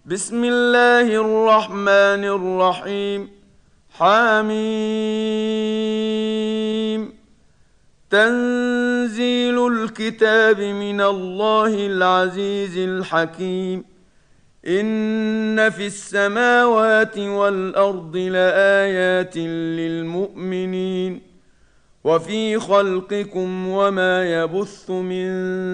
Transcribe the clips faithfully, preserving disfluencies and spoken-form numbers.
بسم الله الرحمن الرحيم. حميم. تنزيل الكتاب من الله العزيز الحكيم. إن في السماوات والأرض لآيات للمؤمنين وفي خلقكم وما يبث من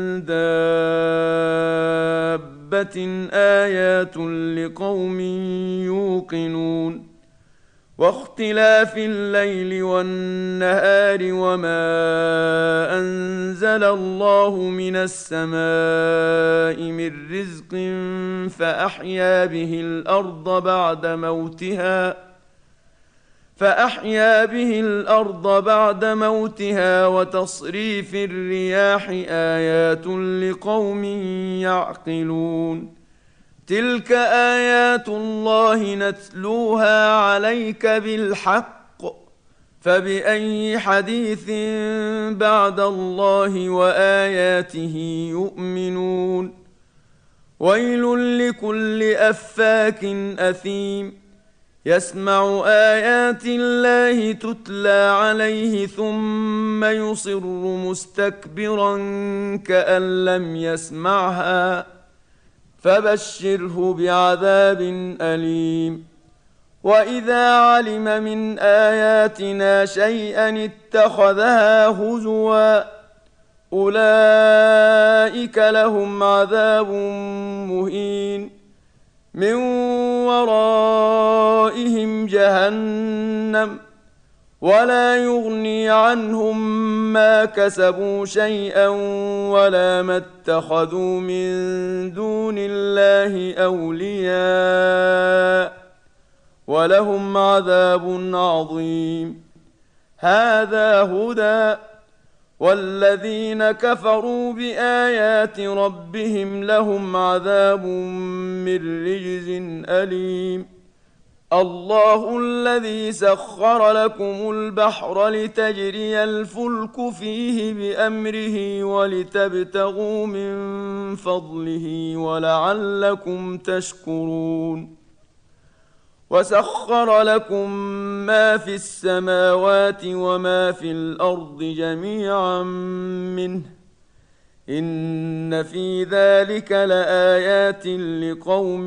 دابة آيات لقوم يوقنون. واختلاف الليل والنهار وما أنزل الله من السماء من رزق فأحيا به الأرض بعد موتها فأحيا به الأرض بعد موتها وتصريف الرياح آيات لقوم يعقلون. تلك آيات الله نتلوها عليك بالحق فبأي حديث بعد الله وآياته يؤمنون. ويل لكل أفاك أثيم يسمع آيات الله تتلى عليه ثم يصر مستكبرا كأن لم يسمعها فبشره بعذاب أليم. وإذا علم من آياتنا شيئا اتخذها هزوا أولئك لهم عذاب مهين من ورائهم جهنم ولا يغني عنهم ما كسبوا شيئا ولا ما اتخذوا من دون الله أولياء ولهم عذاب عظيم. هذا هدى والذين كفروا بآيات ربهم لهم عذاب من رجز أليم. الله الذي سخر لكم البحر لتجري الفلك فيه بأمره ولتبتغوا من فضله ولعلكم تشكرون. وسخر لكم ما في السماوات وما في الأرض جميعا منه إن في ذلك لآيات لقوم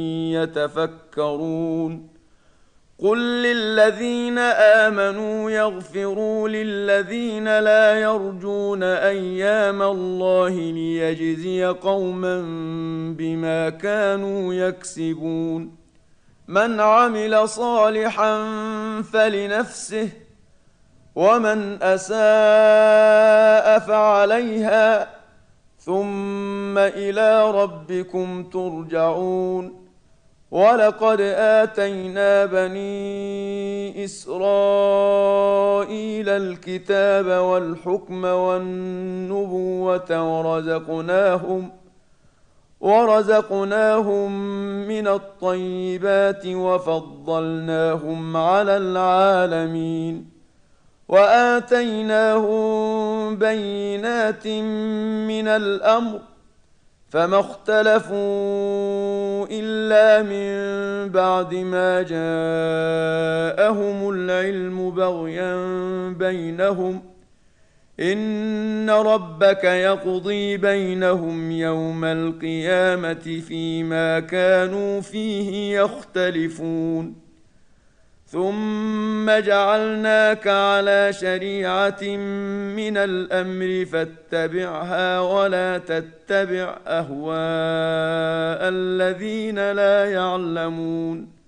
يتفكرون. قل للذين آمنوا يغفروا للذين لا يرجون أيام الله ليجزي قوما بما كانوا يكسبون. من عمل صالحا فلنفسه ومن أساء فعليها ثم إلى ربكم ترجعون. ولقد آتينا بني إسرائيل الكتاب والحكم والنبوة ورزقناهم ورزقناهم من الطيبات وفضلناهم على العالمين وآتيناهم بينات من الأمر فما اختلفوا إلا من بعد ما جاءهم العلم بغيا بينهم إن ربك يقضي بينهم يوم القيامة فيما كانوا فيه يختلفون. ثم جعلناك على شريعة من الأمر فاتبعها ولا تتبع أهواء الذين لا يعلمون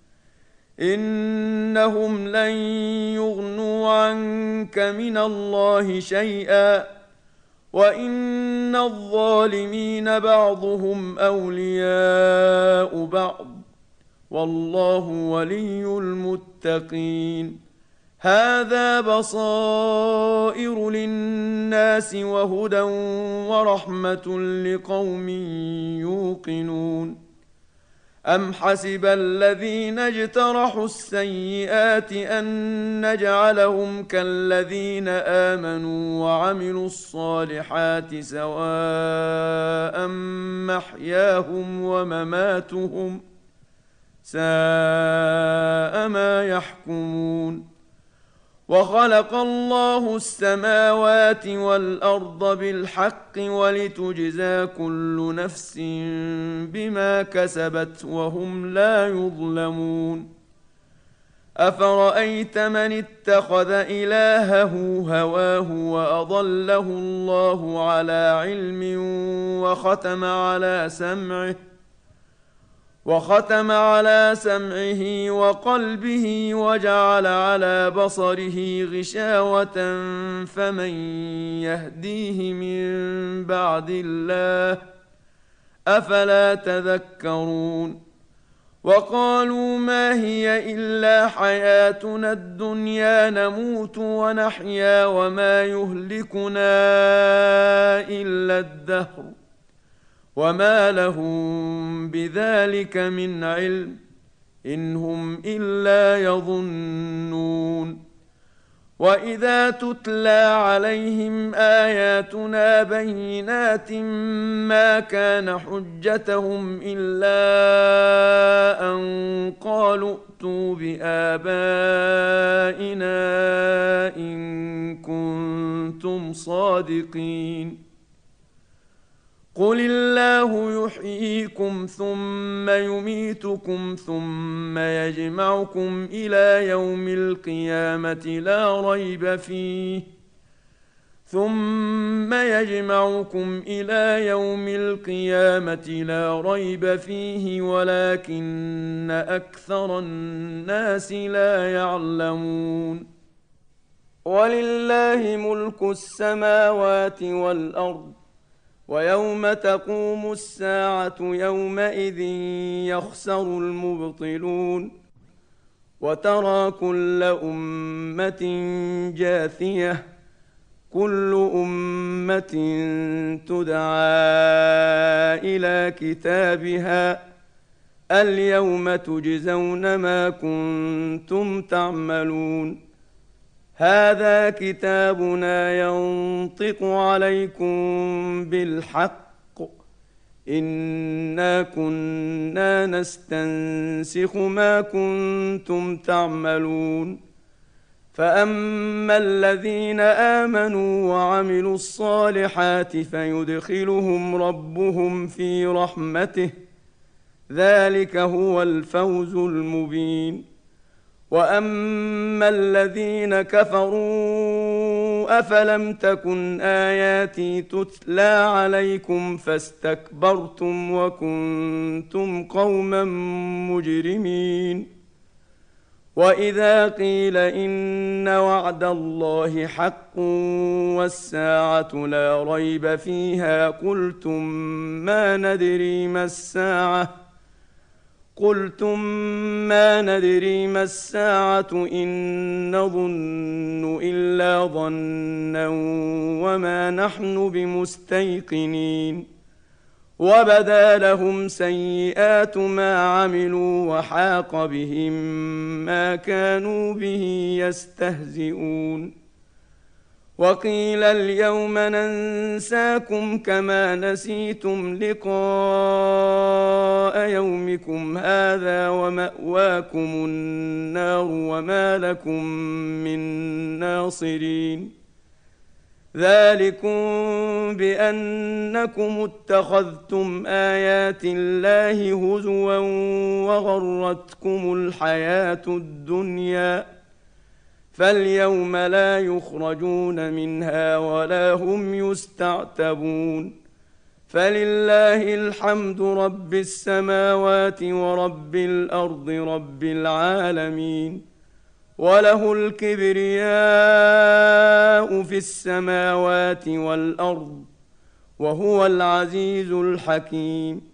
إنهم لن يغنوا عنك من الله شيئا وإن الظالمين بعضهم أولياء بعض والله ولي المتقين. هذا بصائر للناس وهدى ورحمة لقوم يوقنون. أم حسب الذين اجترحوا السيئات أن نجعلهم كالذين آمنوا وعملوا الصالحات سواء محياهم ومماتهم ساء ما يحكمون. وخلق الله السماوات والأرض بالحق ولتجزى كل نفس بما كسبت وهم لا يظلمون. أفرأيت من اتخذ إلهه هواه وأضله الله على علم وختم على سمعه وختم على سمعه وقلبه وجعل على بصره غشاوة فمن يهديه من بعد الله أفلا تذكرون. وقالوا ما هي إلا حياتنا الدنيا نموت ونحيا وما يهلكنا إلا الدهر وما لهم بذلك من علم إن هم إلا يظنون. وإذا تتلى عليهم آياتنا بينات ما كان حجتهم إلا أن قالوا ائتوا بآبائنا إن كنتم صادقين. قل الله يحييكم ثم يميتكم ثم يجمعكم إلى يوم القيامة لا ريب فيه ثم يجمعكم إلى يوم القيامة لا ريب فيه ولكن أكثر الناس لا يعلمون. ولله ملك السماوات والأرض ويوم تقوم الساعة يومئذ يخسر المبطلون. وترى كل أمة جاثية كل أمة تدعى إلى كتابها اليوم تجزون ما كنتم تعملون. هذا كتابنا ينطق عليكم بالحق إنا كنا نستنسخ ما كنتم تعملون. فأما الذين آمنوا وعملوا الصالحات فيدخلهم ربهم في رحمته ذلك هو الفوز المبين. وأما الذين كفروا أفلم تكن آياتي تتلى عليكم فاستكبرتم وكنتم قوما مجرمين. وإذا قيل إن وعد الله حق والساعة لا ريب فيها قلتم ما ندري ما الساعة قلتم ما ندري ما الساعة إن نظن إلا ظنا وما نحن بمستيقنين. وبدا لهم سيئات ما عملوا وحاق بهم ما كانوا به يستهزئون. وقيل اليوم ننساكم كما نسيتم لقاء يومكم هذا ومأواكم النار وما لكم من ناصرين. ذلكم بأنكم اتخذتم آيات الله هزوا وغرتكم الحياة الدنيا فاليوم لا يخرجون منها ولا هم يستعتبون. فلله الحمد رب السماوات ورب الأرض رب العالمين. وله الكبرياء في السماوات والأرض وهو العزيز الحكيم.